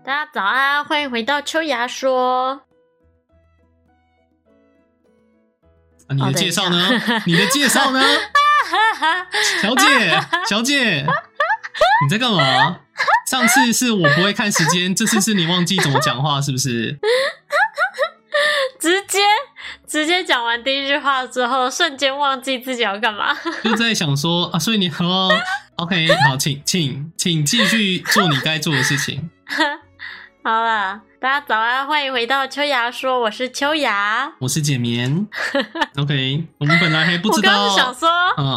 大家早安，欢迎回到秋芽说。 你的介绍呢？你的介绍呢？小姐，你在干嘛？上次是我不会看时间，这次是你忘记怎么讲话，是不是？ 直接讲完第一句话之后，瞬间忘记自己要干嘛。 就在想说啊，所以你OK， 好，请继续做你该做的事情。 好啦，大家早安，欢迎回到秋芽说，我是秋芽， 我是简眠。OK， 我们本来还不知道。 我刚刚想说，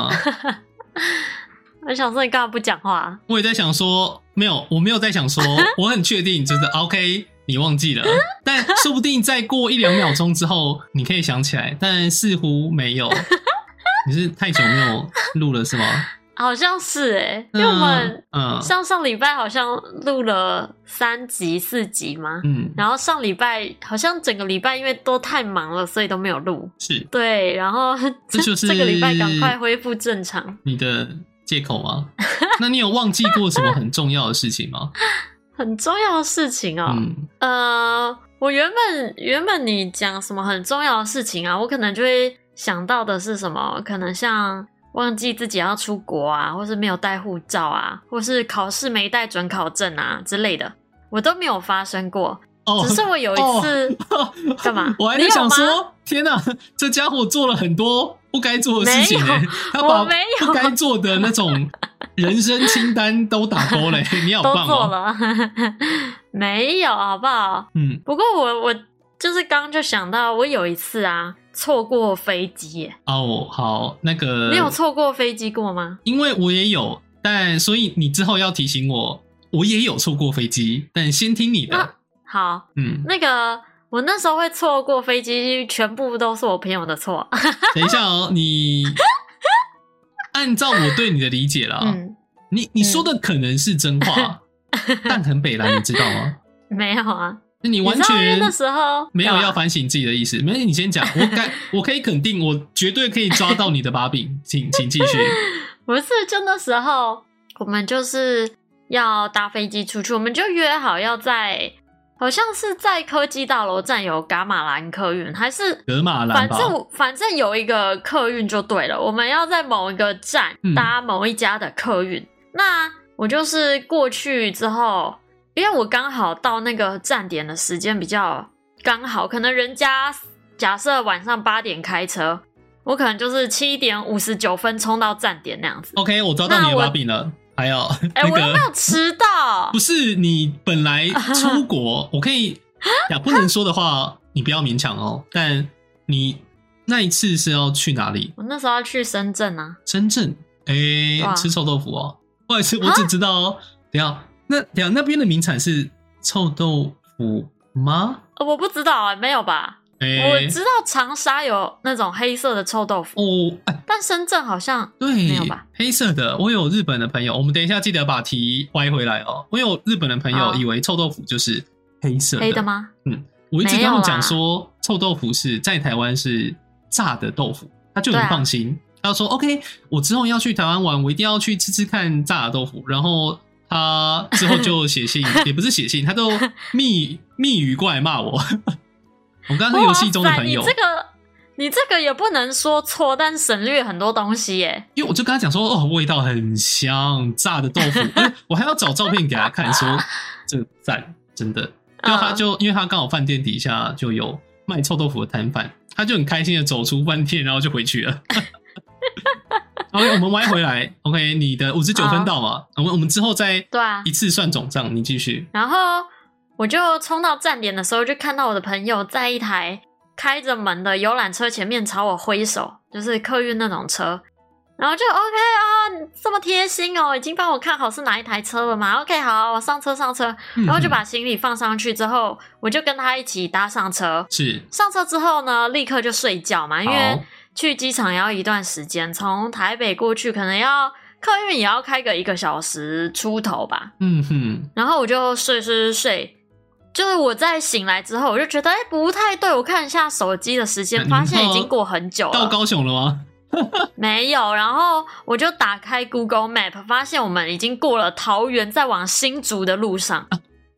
我想说你干嘛不讲话？ 我也在想说，我没有在想说，我很确定就是 OK。你忘记了，但说不定再过1-2秒钟之后，你可以想起来，但似乎没有。你是太久没有录了是吗？ 好像是因为我们上礼拜好像录了3集4集嘛，然后上礼拜好像整个礼拜因为都太忙了，所以都没有录。是，对，然后这就是这个礼拜赶快恢复正常。 你的借口吗？那你有忘记过什么很重要的事情吗？ 很重要的事情我原本你讲什么很重要的事情啊，我可能就会想到的是什么，可能像忘记自己要出国啊，或是没有带护照啊，或是考试没带准考证啊之类的，我都没有发生过。只是我有一次干嘛？ 我还在想说，天哪，这家伙做了很多不该做的事情他把不该做的那种人生清单都打勾了你好棒都做了没有好不好？不过我就是刚刚就想到，我有一次错过飞机耶。 好，那个你有错过飞机过吗？ 因为我也有，但所以你之后要提醒我也有错过飞机，但先听你的。 好，那个我那时候会错过飞机，全部都是我朋友的错。 等一下你按照我对你的理解啦，你说的可能是真话，但很北蓝，你知道吗？ 没有啊， 你完全那时候没有要反省自己的意思。没事，你先讲，我可以肯定，我绝对可以抓到你的把柄，请继续。 不是，就那时候我们就是要搭飞机出去，我们就约好要好像是在科技大楼站有噶玛兰客运，还是格马兰吧， 反正有一个客运就对了，我们要在某一个站搭某一家的客运。那我就是过去之后，因为我刚好到那个站点的时间比较刚好，可能人家假设晚上8点开车，我可能就是7点59分冲到站点那样子。 OK， 我抓到你的把柄了。还有我又没有迟到。 不是，你本来出国我可以不能说的话你不要勉强哦。但你那一次是要去哪里？ 我那时候要去深圳啊。 深圳吃臭豆腐哦。不好意思，我只知道等一下那边的名产是臭豆腐吗？ 我不知道没有吧。我知道长沙有那种黑色的臭豆腐但深圳好像没有吧。 黑色的，我有日本的朋友，我们等一下记得把题歪回来哦。我有日本的朋友以为臭豆腐就是黑色的。 黑的吗？ 我一直跟他们讲说臭豆腐是在台湾是炸的豆腐，他就很放心。他说 OK， 我之后要去台湾玩，我一定要去吃吃看炸的豆腐。然后他之后就写信也不是写信，他都密语过来骂我。我刚刚是游戏中的朋友。 你这个也不能说错，但省略很多东西耶。 因为我就跟他讲说味道很香，炸的豆腐我还要找照片给他看说这赞真的。因为他刚好饭店底下就有卖臭豆腐的摊贩，他就很开心的走出饭店然后就回去了。OK， 我们歪回来。OK， 你的59分到嘛？我们之后再一次算总账，你继续。 然后我就冲到站点的时候，就看到我的朋友在一台开着门的游览车前面朝我挥手，就是客运那种车。然后就 OK 你这么贴心已经帮我看好是哪一台车了吗？ OK 好，我上车。然后就把行李放上去之后，我就跟他一起搭上车。 是上车之后呢，立刻就睡觉嘛，因为去机场也要一段时间，从台北过去可能要客运也要开个1个小时出头吧。然后我就睡，就是我在醒来之后，我就觉得不太对，我看一下手机的时间，发现已经过很久了。 到高雄了吗？ 没有，然后我就打开 Google Map， 发现我们已经过了桃园，在往新竹的路上。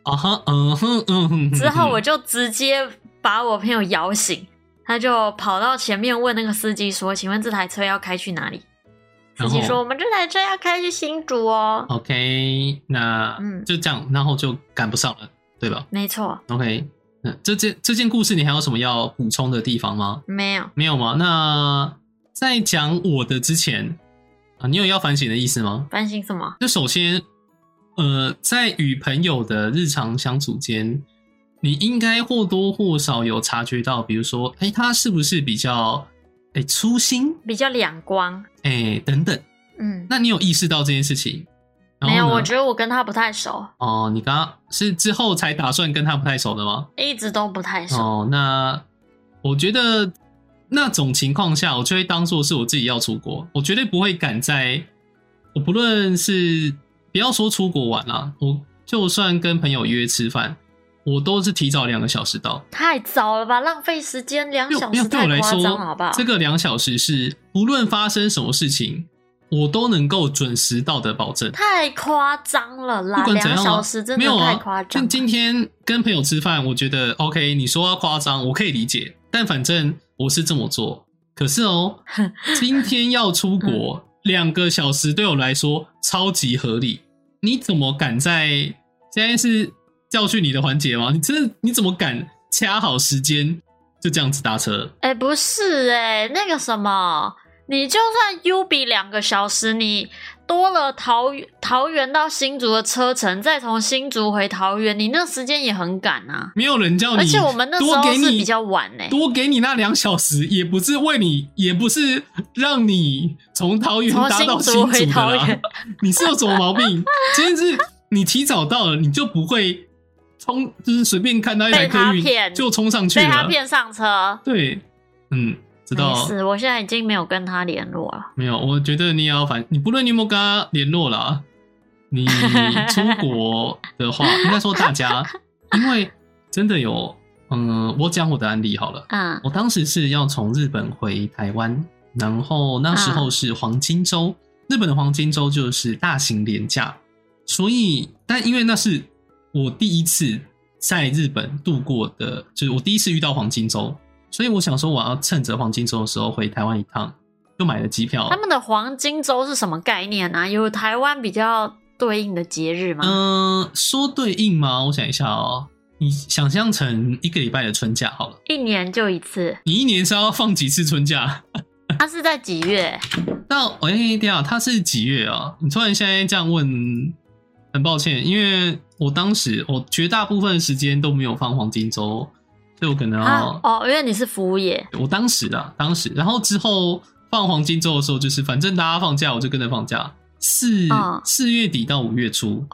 啊哈， 之后我就直接把我朋友摇醒，他就跑到前面问那个司机说：“请问这台车要开去哪里？”司机说：“我们这台车要开去新竹哦。” OK， 那就这样，然后就赶不上了，对吧？ 没错。 OK， 这件故事你还有什么要补充的地方吗？ 没有， 没有吗？那在讲我的之前你有要反省的意思吗？ 反省什么？ 就首先，在与朋友的日常相处间，你应该或多或少有察觉到，比如说，他是不是比较粗心， 比较两光， 等等。那你有意识到这件事情？ 没有，我觉得我跟他不太熟。 哦，你刚刚是之后才打算跟他不太熟的吗？ 一直都不太熟。 哦，那我觉得那种情况下，我就会当作是我自己要出国，我绝对不会赶在，我不论是不要说出国玩啦，我就算跟朋友约吃饭，我都是提早2个小时到。 太早了吧，浪费时间，2小时太夸张，好不好？ 这个2小时是不论发生什么事情，我都能够准时到的保证。 太夸张了啦，2小时真的太夸张。 今天跟朋友吃饭，我觉得 OK， 你说要夸张，我可以理解，但反正我是这么做。可是今天要出国，2个小时对我来说超级合理。你怎么敢在现在是教训你的环节吗？你怎么敢掐好时间就这样子搭车？ 不是那个什么，你就算 U 比2个小时，你多了桃园到新竹的车程，再从新竹回桃园，你那时间也很赶啊。 没有人叫你， 而且我们那时候是比较晚多给你那2小时，也不是也不是让你从桃园搭到新竹的啦。你是有什么毛病？今天是你提早到了，你就不会就是随便看到一台客运就冲上去了， 被他骗上车。 对，知道。 没事，我现在已经没有跟他联络了。 没有，我觉得你也要你不论你有没有跟他联络啦，你出国的话，应该说大家，因为真的有，我讲我的案例好了。我当时是要从日本回台湾，然后那时候是黄金周，日本的黄金周就是大型连假，所以，但因为那是我第一次在日本度过的，就是我第一次遇到黄金周。所以我想说，我要趁着黄金周的时候回台湾一趟，就买了机票。 他们的黄金周是什么概念啊？有台湾比较对应的节日吗？ 说对应吗？我想一下哦，你想象成1个礼拜的春假好了 ，1年就一次。 你1年是要放几次春假？ 它是在几月？ 对啊，它是几月啊？你突然现在这样问，很抱歉，因为我当时绝大部分的时间都没有放黄金周。所以我可能要因为你是服务业。 我当时，然后之后放黄金周的时候，就是反正大家放假，我就跟着放假。4月底到5月初。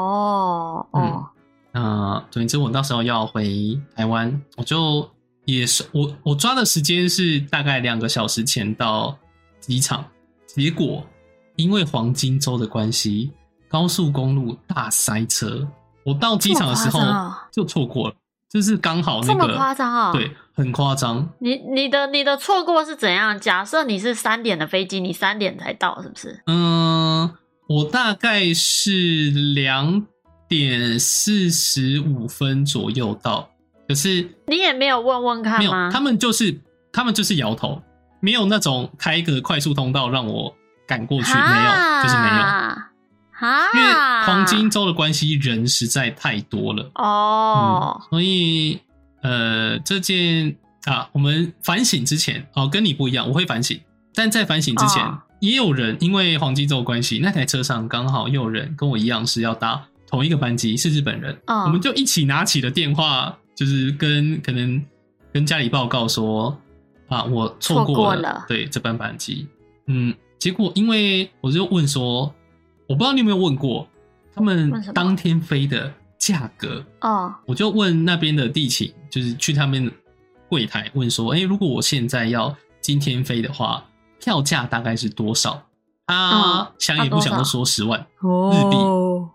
总之我到时候要回台湾，我就也是我抓的时间是大概2个小时前到机场，结果因为黄金周的关系，高速公路大塞车，我到机场的时候就错过了。就是刚好那个这么夸张啊？ 对，很夸张。 你的错过是怎样？假设你是3点的飞机，你3点才到，是不是？ 我大概是2点45分左右到，可是你也没有问看吗？ 没有，他们就是摇头，没有那种开一个快速通道让我赶过去，没有，就是没有。因为黄金周的关系，人实在太多了所以这件我们反省之前跟你不一样，我会反省，但在反省之前，也有人因为黄金周的关系，那台车上刚好又有人跟我一样是要搭同一个班机，是日本人，我们就一起拿起了电话，就是可能跟家里报告说我错过了对这班班机，结果因为我就问说。我不知道你有没有问过他们当天飞的价格我就问那边的地勤，就是去他们柜台问说如果我现在要今天飞的话，票价大概是多少？他想也不想就说10万日币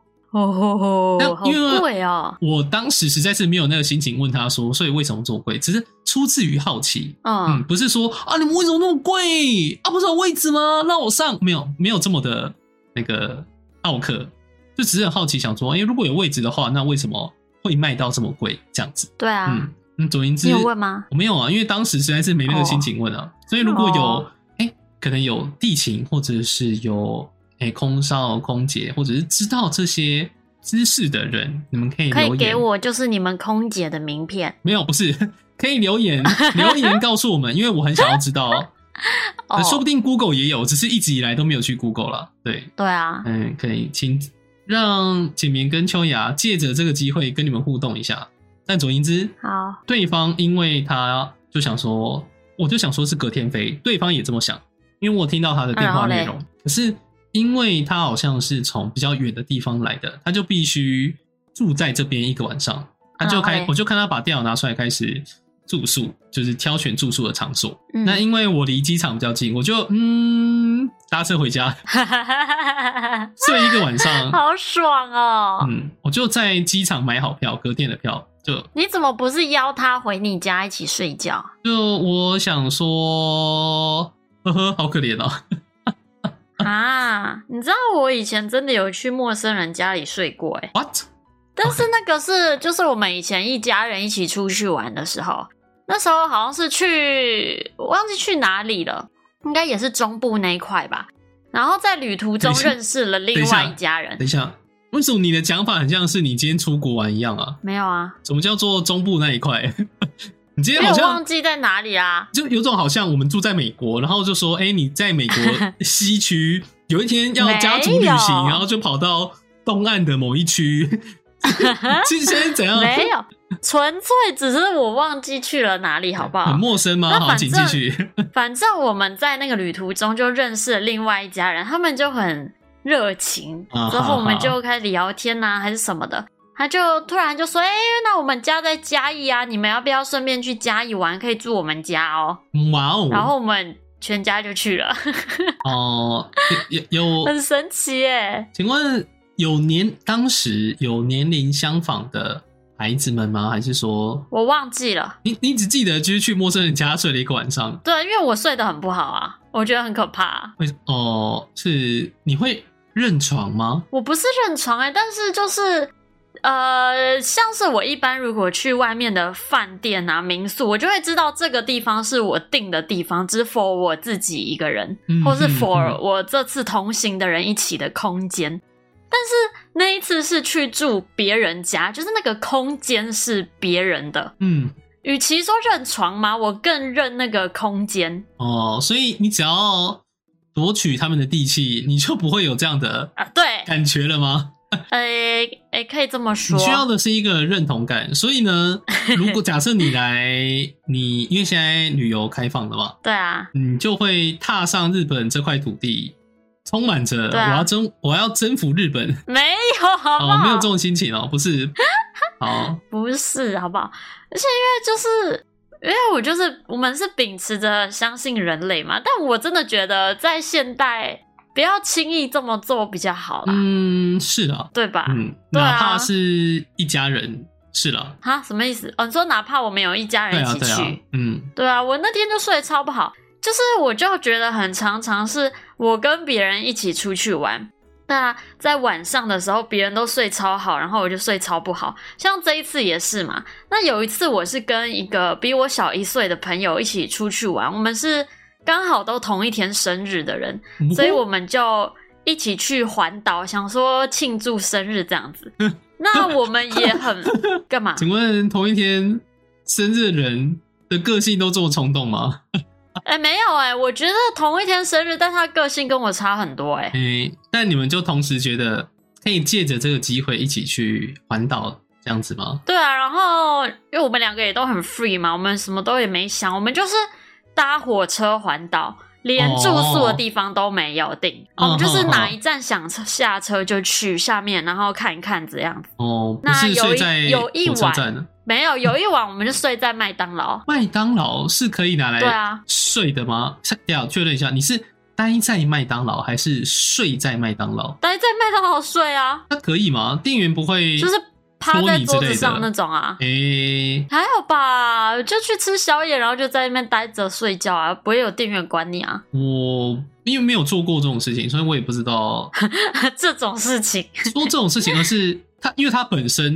好贵哦！ 我当时实在是没有那个心情问他说，所以为什么这么贵？只是出自于好奇，不是说你们为什么那么贵不是有位置吗？让我上，没有这么的那个奥客，就只是很好奇，想说，如果有位置的话，那为什么会卖到这么贵这样子。 对啊， 总而言之， 你有问吗？ 我没有啊，因为当时实在是没那个心情问啊。所以如果有可能有地勤，或者是有空少、空姐，或者是知道这些知识的人，你们可以留言， 可以给我就是你们空姐的名片。 没有，不是，可以留言告诉我们，因为我很想要知道。说不定 Google 也有，只是一直以来都没有去 Google 啦。对啊，可以请让简眠跟秋雅借着这个机会跟你们互动一下。但总而言之， 好， 对方因为他就想说，我就想说是隔天飞，对方也这么想，因为我听到他的电话内容，可是因为他好像是从比较远的地方来的，他就必须住在这边1个晚上，我就看他把电脑拿出来开始住宿，就是挑选住宿的场所。那因为我离机场比较近，我就搭车回家睡1个晚上， 好爽哦。 我就在机场买好票，隔天的票。 你怎么不是邀他回你家一起睡觉？ 就我想说，好可怜哦。 你知道我以前真的有去陌生人家里睡过 What？ 但是那个是就是我们以前一家人一起出去玩的时候，那时候好像是我忘记去哪里了，应该也是中部那一块吧。然后在旅途中认识了另外一家人。 等一下，为什么你的讲法很像是你今天出国玩一样啊？ 没有啊。 什么叫做中部那一块？你今天好像我忘记在哪里啊？ 就有种好像我们住在美国，然后就说，你在美国西区，有一天要家族旅行，然后就跑到东岸的某一区。现在怎样？ 没有，纯粹只是我忘记去了哪里，好不好？ 很陌生吗？好，请继续。 反正我们在那个旅途中就认识了另外一家人，他们就很热情，之后我们就开始聊天啊，还是什么的。他就突然就说：“那我们家在嘉义啊，你们要不要顺便去嘉义玩？可以住我们家哦。” 哇哦！ 然后我们全家就去了。 有很神奇耶。 请问当时有年龄相仿的孩子们吗？还是说我忘记了？ 你只记得就是去陌生人家睡了1个晚上？ 对，因为我睡得很不好啊，我觉得很可怕。 是你会认床吗？ 我不是认床但是就是像是我一般如果去外面的饭店啊、民宿，我就会知道这个地方是我订的地方，只 for 我自己一个人，或是 for 我这次同行的人一起的空间。但是那一次是去住别人家，就是那个空间是别人的。与其说认床嘛，我更认那个空间。 所以你只要夺取他们的地气，你就不会有这样的感觉了吗？ 可以这么说。 你需要的是一个认同感。所以呢，如果假设你因为现在旅游开放了嘛， 对啊， 你就会踏上日本这块土地，充满着我要征服日本。 没有，好不好？ 没有这种心情不是。好， 不是，好不好？而且因为我们是秉持着相信人类嘛，但我真的觉得在现代不要轻易这么做比较好啦。 是啦， 对吧？ 哪怕是一家人，是啦。 什么意思？你说哪怕我们有一家人一起去， 对啊，我那天就睡得超不好，就是我就觉得很常是我跟别人一起出去玩，那在晚上的时候别人都睡超好，然后我就睡超不好，像这一次也是嘛。那有一次我是跟一个比我小1岁的朋友一起出去玩，我们是刚好都同一天生日的人，所以我们就一起去环岛，想说庆祝生日这样子。那我们也很干嘛？ 请问同一天生日的人的个性都这么冲动吗？ 没有我觉得同一天生日，但他个性跟我差很多但你们就同时觉得可以借着这个机会一起去环岛这样子吗？ 对啊，然后因为我们两个也都很 free 嘛，我们什么都也没想，我们就是搭火车环岛，连住宿的地方都没有订，我们就是哪一站想下车就去下面，然后看一看这样子。 那有一晚没有，有一晚我们就睡在麦当劳。 麦当劳是可以拿来睡的吗？要确认一下，你是待在麦当劳还是睡在麦当劳？ 待在麦当劳睡啊。 那可以吗？店员不会就是趴在桌子上那种啊？还好吧，就去吃宵夜，然后就在那边待着睡觉啊，不会有店员管你啊。 我因为没有做过这种事情，所以我也不知道这种事情。 说这种事情，而是因为他本身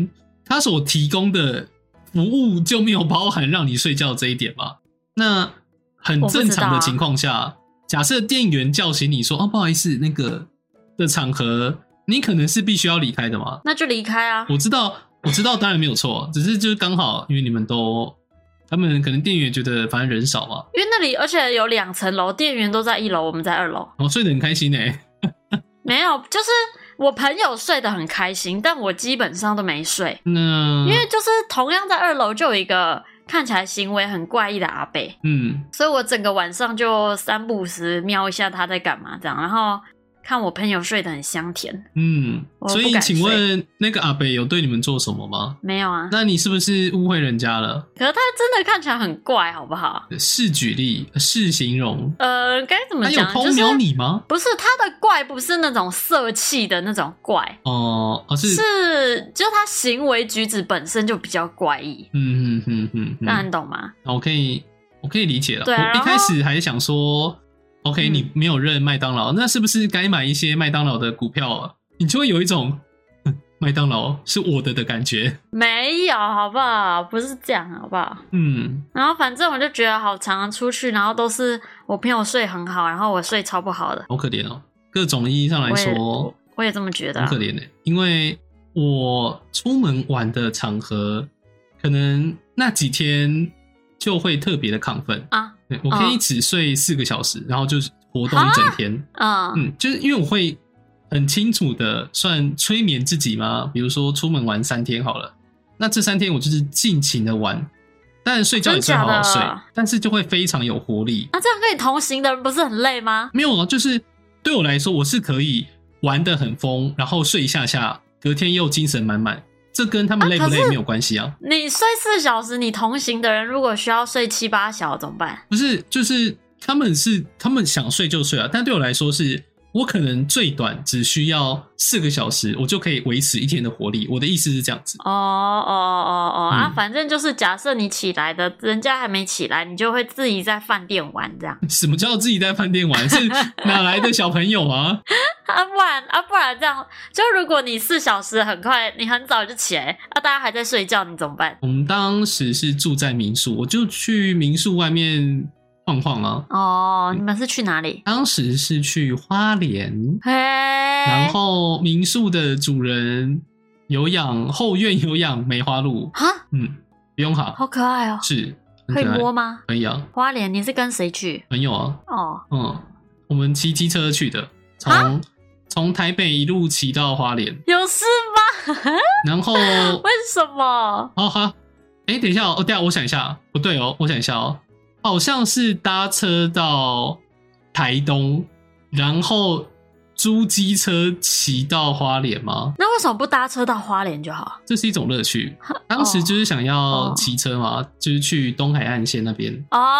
他所提供的服务就没有包含让你睡觉这一点嘛？那很正常的情况下，假设店员叫醒你说：“哦，不好意思，那个的场合你可能是必须要离开的嘛。” 那就离开啊。 我知道，当然没有错，只是就是刚好因为你们他们可能店员觉得反正人少嘛， 因为那里而且有2层楼，店员都在1楼，我们在2楼。 我睡得很开心欸。 没有，就是我朋友睡得很开心，但我基本上都没睡。 因为就是同样在2楼就有一个看起来行为很怪异的阿伯，所以我整个晚上就3不5时瞄一下他在干嘛这样，然后看我朋友睡得很香甜。 所以请问那个阿伯有对你们做什么吗？ 没有啊。 那你是不是误会人家了？ 可是他真的看起来很怪，好不好？ 是举例，是形容。 该怎么讲？ 他有偷瞄你吗？ 不是，他的怪不是那种色气的那种怪是就他行为举止本身就比较怪异。那你懂吗？ 我可以理解了。 对啊， 我一开始还想说，OK，你没有认麦当劳，那是不是该买一些麦当劳的股票啊？你就会有一种麦当劳是我的感觉。没有，好不好？不是这样，好不好？然后反正我就觉得好常出去，然后都是我朋友睡很好，然后我睡超不好的， 好可怜哦。各种意义上来说， 我也这么觉得， 很可怜欸。因为我出门玩的场合，可能那几天就会特别的亢奋啊。我可以只睡4个小时，然后就是活动一整天。就是因为我会很清楚的算催眠自己嘛，比如说出门玩3天好了，那这3天我就是尽情的玩，当然睡觉也是好好睡，但是就会非常有活力。 那这样跟你同行的人不是很累吗？ 没有啊，就是对我来说，我是可以玩得很疯，然后睡一下下，隔天又精神满满。这跟他们累不累没有关系啊。 你睡4小时，你同行的人如果需要睡7、8小时怎么办？ 不是，就是他们想睡就睡啊，但对我来说是我可能最短只需要4个小时，我就可以维持1天的活力。我的意思是这样子。 反正就是假设你起来的，人家还没起来，你就会自己在饭店玩这样。 什么叫自己在饭店玩？是哪来的小朋友啊？ 不然这样，就如果你4小时很快，你很早就起来，大家还在睡觉，你怎么办？ 我们当时是住在民宿，我就去民宿外面晃晃啊。 你们是去哪里？ 当时是去花莲，然后民宿的主人后院有养梅花鹿。不用好， 好可爱哦。 是可以摸吗？ 可以啊。 花莲你是跟谁去？ 朋友啊。我们骑机车去的，从台北一路骑到花莲。有事吗？ 然后为什么？ 等一下我想一下，不对哦，我想一下哦，好像是搭车到台东，然后租机车骑到花莲吗？ 那为什么不搭车到花莲就好？ 这是一种乐趣。当时就是想要骑车嘛，就是去东海岸线那边。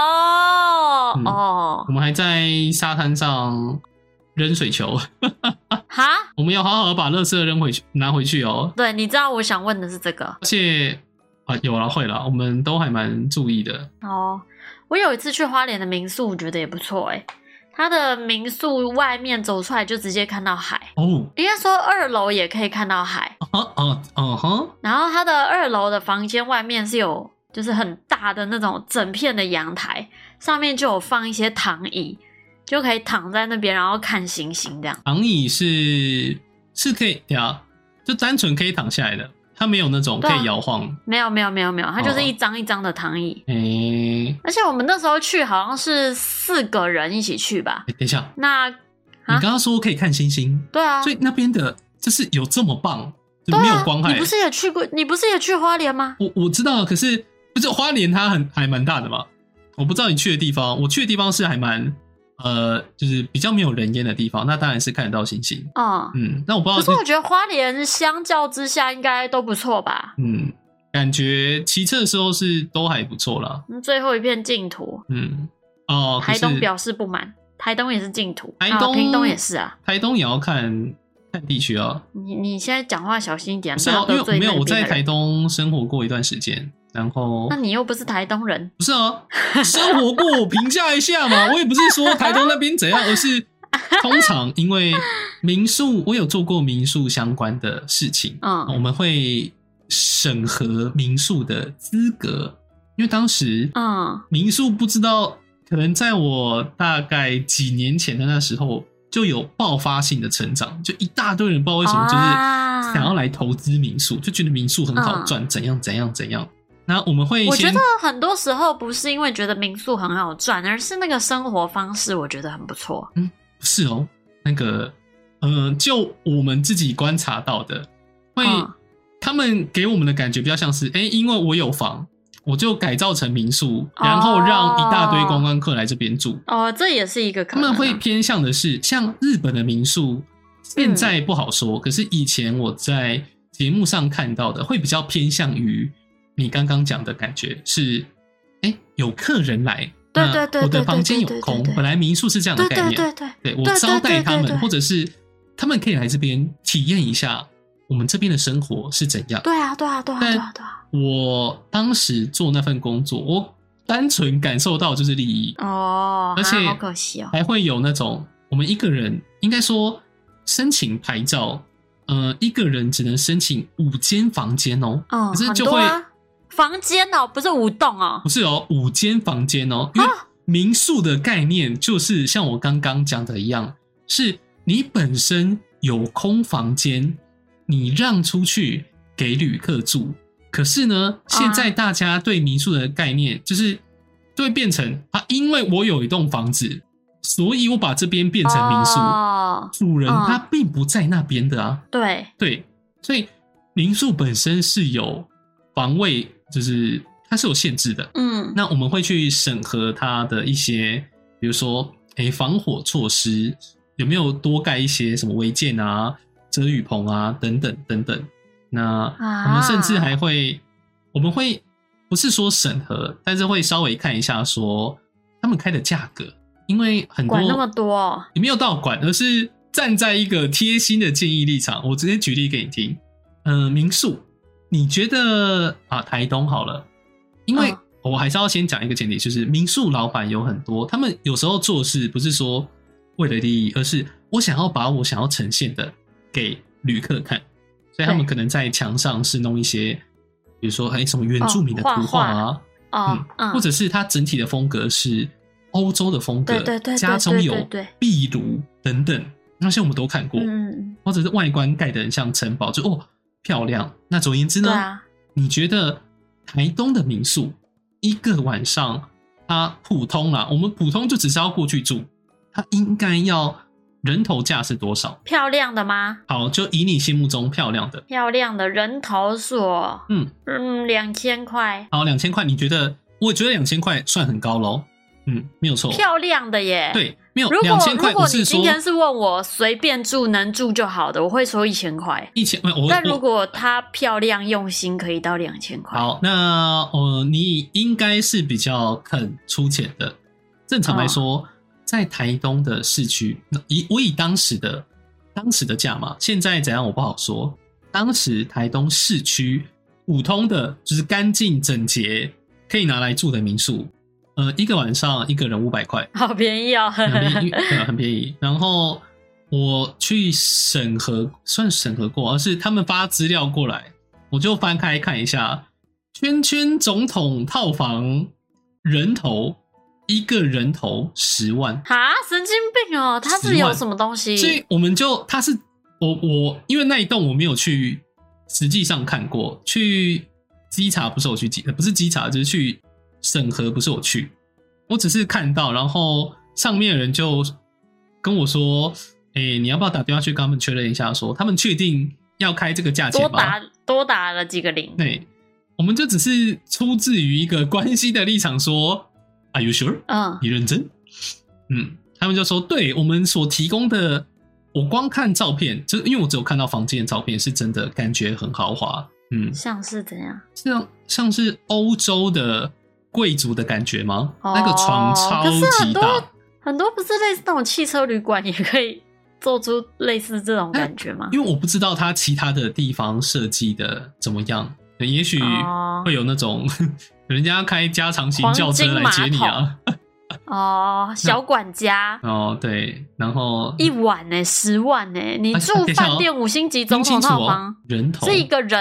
我们还在沙滩上扔水球。我们要好好的把垃圾拿回去哦。 对，你知道我想问的是这个。 而且有啦，会啦，我们都还蛮注意的。 我有一次去花莲的民宿，我觉得也不错欸。它的民宿外面走出来就直接看到海。应该说2楼也可以看到海。然后它的2楼的房间外面是有就是很大的那种整片的阳台，上面就有放一些躺椅，就可以躺在那边然后看星星这样。躺椅是可以就单纯可以躺下来的，它没有那种可以摇晃。没有， 它就是一张一张的躺椅。而且我们那时候去好像是4个人一起去吧。 等一下， 那你刚刚说可以看星星？ 对啊， 所以那边的就是有这么棒，就没有光害。 你不是也去过？你不是也去花莲吗？ 我知道，可是不是花莲它还蛮大的嘛。我不知道你去的地方，我去的地方是还蛮就是比较没有人烟的地方，那当然是看得到星星。那我不知道。 可是我觉得花莲相较之下应该都不错吧。 感觉骑车的时候是都还不错啦。 最后一片净土。台东表示不满，台东也是净土，屏东也是啊。 台东也要看地区啊。 你现在讲话小心一点。 是啊，因为没有我在台东生活过一段时间，然后那你又不是台东人。 不是啊，生活过我评价一下嘛。我也不是说台东那边怎样，而是通常因为民宿，我有做过民宿相关的事情。我们会审核民宿的资格，因为当时民宿不知道，可能在我大概几年前的那时候就有爆发性的成长，就一大堆人不知道为什么就是想要来投资民宿，就觉得民宿很好赚，怎样怎样怎样。那我们会， 我觉得很多时候不是因为觉得民宿很好赚，而是那个生活方式我觉得很不错。 不是哦，那个就我们自己观察到的，会他们给我们的感觉比较像是，因为我有房，我就改造成民宿，然后让一大堆观光客来这边住。这也是一个可能。他们会偏向的是，像日本的民宿，现在不好说，可是以前我在节目上看到的，会比较偏向于你刚刚讲的感觉是，有客人来， 对对对， 我的房间有空，本来民宿是这样的概念，对，我招待他们，或者是他们可以来这边体验一下我们这边的生活是怎样。 对啊。 我当时做那份工作，我单纯感受到就是利益而且好可惜还会有那种我们一个人应该说申请牌照，一个人只能申请5间房间可是就会房间不是5栋不是5间房间因为民宿的概念就是像我刚刚讲的一样，是你本身有空房间，你让出去给旅客住。可是呢，现在大家对民宿的概念就是就会变成因为我有一栋房子，所以我把这边变成民宿，主人他并不在那边的对， 所以民宿本身是有防卫，就是它是有限制的。那我们会去审核它的一些，比如说防火措施有没有多盖一些什么违建遮雨棚等等等等。那我们甚至还会，我们会不是说审核，但是会稍微看一下说他们开的价格，因为很多管那么多也没有到管，而是站在一个贴心的建议立场。我直接举例给你听，民宿，你觉得台东好了，因为我还是要先讲一个前提，就是民宿老板有很多，他们有时候做事不是说为了利益，而是我想要把我想要呈现的给旅客看。所以他们可能在墙上是弄一些，比如说什么原住民的图画或者是它整体的风格是欧洲的风格，家中有壁炉等等，那些我们都看过，或者是外观盖得很像城堡，就漂亮。那总而言之呢，你觉得台东的民宿一个晚上，它普通啦，我们普通就只是要过去住，它应该要人头价是多少？ 漂亮的吗？ 好，就以你心目中漂亮的人头数，2000块。 好，2000块，你觉得？我觉得2000块算很高咯。没有错。 漂亮的耶。 对，没有2000块。 如果你今天是问我随便住能住就好的，我会说1000块。但如果它漂亮用心，可以到2000块。 好，那你应该是比较肯出钱的。正常来说。在台东的市区，我以当时的价嘛，现在怎样我不好说。当时台东市区普通的就是干净整洁，可以拿来住的民宿，一个晚上一个人500块， 好便宜很便宜。然后我去算审核过，而是他们发资料过来，我就翻开看一下，圈圈总统套房人头。一个人头10万神经病它是有什么东西？ 所以我们就它是我因为那一栋我没有去实际上看过，去稽查不是我去不是稽查，就是去审核不是我去，我只是看到，然后上面的人就跟我说，你要不要打电话去跟他们确认一下，说他们确定要开这个价钱吗？ 多打了几个零。 对，我们就只是出自于一个关系的立场说。Are you sure？ 你认真？他们就说，对我们所提供的，我光看照片，就是因为我只有看到房间的照片，是真的感觉很豪华。 像是怎样？ 像是欧洲的贵族的感觉吗？那个床超级大， 很多不是类似那种汽车旅馆也可以做出类似这种感觉吗？ 因为我不知道它其他的地方设计的怎么样，也许会有那种。人家开加长型轿车来接你小管家对，然后 1晚10万你住饭店5星级总统套房， 人头是一个人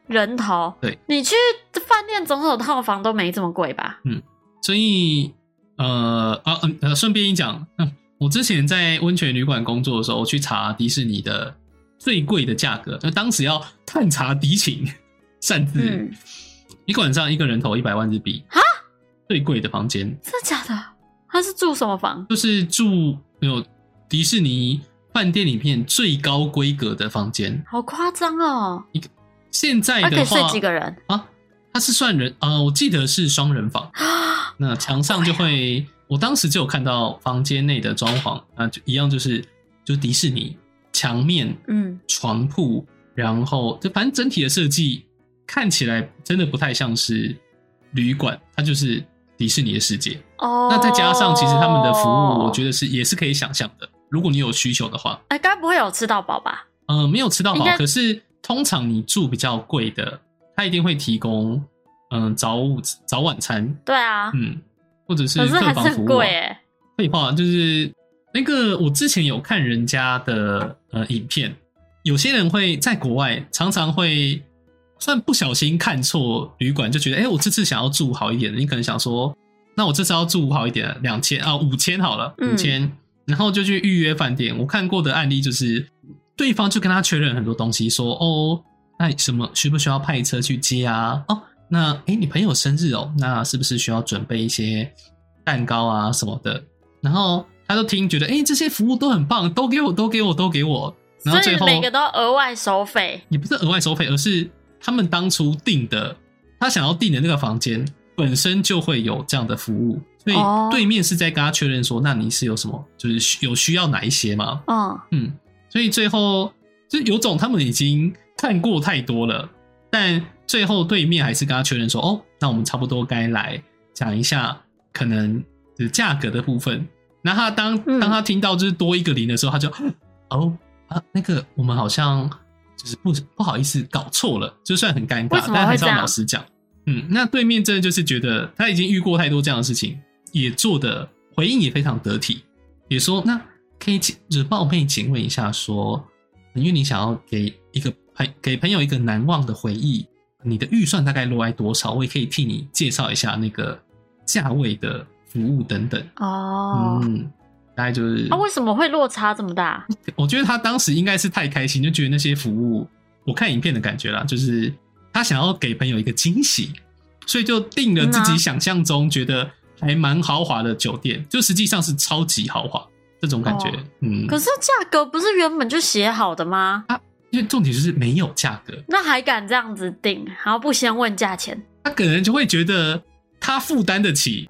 人头。 对， 你去饭店总有套房都没这么贵吧？ 所以顺便一讲，我之前在温泉旅馆工作的时候，我去查迪士尼的最贵的价格，当时要探查敌情，擅自一个晚上一个人头100万日币，哈，最贵的房间， 真的假的？他是住什么房？ 就是住有迪士尼饭店里面最高规格的房间， 好夸张哦！ 现在的话， 可以睡几个人啊？它是算人我记得是双人房，那墙上就会，我当时就有看到房间内的装潢，就一样就是迪士尼墙面，床铺，然后就反正整体的设计看起来真的不太像是旅馆，它就是迪士尼的世界。那再加上其实他们的服务，我觉得也是可以想象的，如果你有需求的话。 该不会有吃到饱吧？ 没有吃到饱，可是通常你住比较贵的，他一定会提供早晚餐。 对啊， 或者是客房服务。可是还是很贵耶。废话，就是那个我之前有看人家的影片，有些人会在国外常常会算不小心看错旅馆，就觉得我这次想要住好一点的，你可能想说，那我这次要住好一点的5000好了，5000，然后就去预约饭店。我看过的案例就是对方就跟他确认很多东西，说那什么需不需要派车去接啊？那你朋友生日那是不是需要准备一些蛋糕啊什么的？然后他都听，觉得这些服务都很棒，都给我。然后最后所以每个都额外收费， 也不是额外收费，而是他们当初订的，他想要订的那个房间本身就会有这样的服务，所以对面是在跟他确认说，那你是有什么，就是有需要哪一些吗？所以最后就有种他们已经看过太多了，但最后对面还是跟他确认说，那我们差不多该来讲一下可能就是价格的部分。然后当他听到就是多一个0的时候，他就那个我们好像就是不好意思搞错了，就算很尴尬，但还是要老实讲。那对面真的就是觉得他已经遇过太多这样的事情，也做的回应也非常得体，也说那可以就是冒昧请问一下说，因为你想要给朋友一个难忘的回忆，你的预算大概落在多少？我也可以替你介绍一下那个价位的服务等等。大概就是为什么会落差这么大？ 我觉得他当时应该是太开心，就觉得那些服务，我看影片的感觉啦，就是他想要给朋友一个惊喜，所以就订了自己想象中觉得还蛮豪华的酒店，就实际上是超级豪华这种感觉。 可是价格不是原本就写好的吗？ 因为重点就是没有价格， 那还敢这样子订，然后不先问价钱， 他可能就会觉得他负担得起。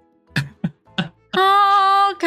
OK，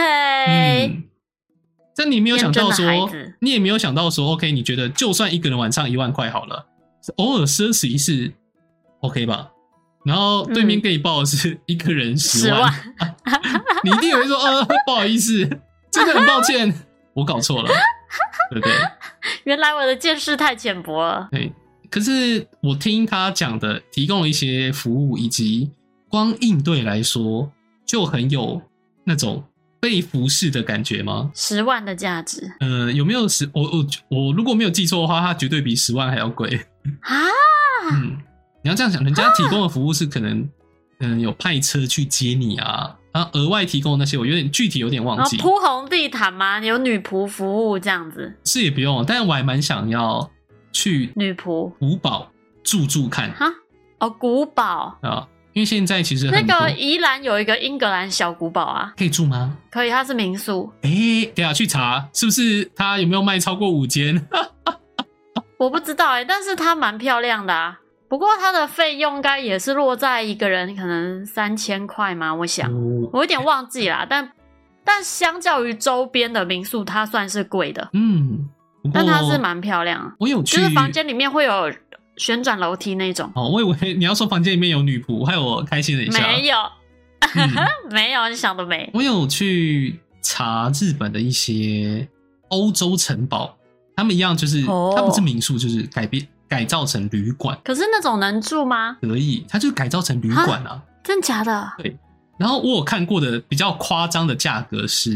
但你没有想到说，你也没有想到说 ，OK， 你觉得就算一个人晚上1万块好了，偶尔奢侈一次 ，OK 吧？然后对面跟你报的是一个人10万，你一定有人说，不好意思，真的很抱歉，我搞错了，对不对？ 原来我的见识太浅薄了。 对，可是我听他讲的，提供了一些服务，以及光应对来说，就很有那种被服侍的感觉吗 ？10万的价值？ 有没有我如果没有记错的话，它绝对比10万还要贵啊！你要这样想，人家提供的服务是可能有派车去接你啊，然后额外提供的那些，我具体有点忘记。 铺红地毯吗？有女仆服务这样子？ 是也不用，但我还蛮想要去女仆古堡住看。 古堡啊。因为现在其实那个宜兰有一个英格兰小古堡啊， 可以住吗？ 可以，它是民宿。 等一下去查是不是它有没有卖超过5间？ 我不知道但是它蛮漂亮的啊。不过它的费用应该也是落在一个人可能3000块嘛，我想我有点忘记啦。但相较于周边的民宿，它算是贵的。但它是蛮漂亮。 我有去， 就是房间里面会有旋转楼梯那种。 我以为你要说房间里面有女仆，害我开心了一下。 没有没有，你想得美。 我有去查日本的一些欧洲城堡，他们一样就是它不是民宿，就是改造成旅馆。 可是那种能住吗？ 可以，它就是改造成旅馆啊。 真假的？ 对。然后我有看过的比较夸张的价格是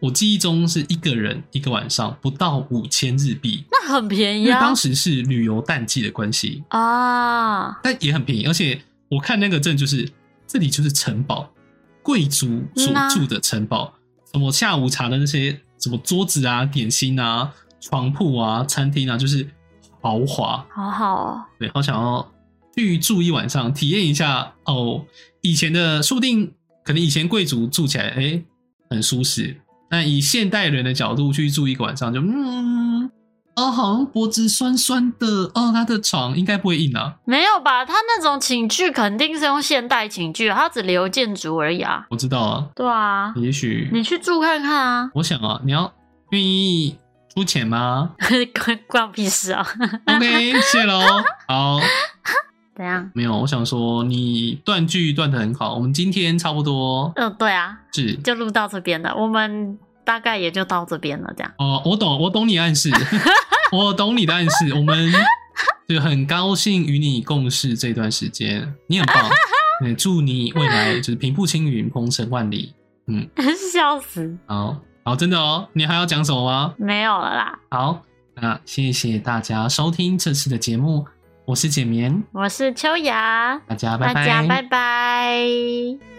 我记忆中是一个人一个晚上不到5000日币， 那很便宜啊。 因为当时是旅游淡季的关系啊， 但也很便宜。而且我看那个证就是这里就是城堡，贵族所住的城堡，什么下午茶的那些什么桌子啊、点心啊、床铺啊、餐厅啊，就是豪华， 好好哦。 对，好想要去住一晚上，体验一下哦。以前的说不定可能以前贵族住起来很舒适，但以现代人的角度去住一个晚上就好像脖子酸酸的他的床应该不会硬啊。 没有吧，他那种寝具肯定是用现代寝具，他只留建筑而已啊。 我知道啊。 对啊， 也许你去住看看啊。 我想啊，你要愿意出钱吗？ 关我屁事啊。 OK， 谢咯。好。 怎样？ 没有，我想说你断句断得很好，我们今天差不多。 对啊， 是就录到这边了，我们大概也就到这边了，这样。 我懂你暗示，我懂你的暗示，我们就很高兴与你共事这段时间，你很棒，祝你未来就是平步青云，鹏程万里。 笑死。 好，真的哦，你还要讲什么吗？ 没有了啦。 好，那谢谢大家收听这次的节目，我是简眠， 我是秋雅， 大家拜拜， 大家拜拜。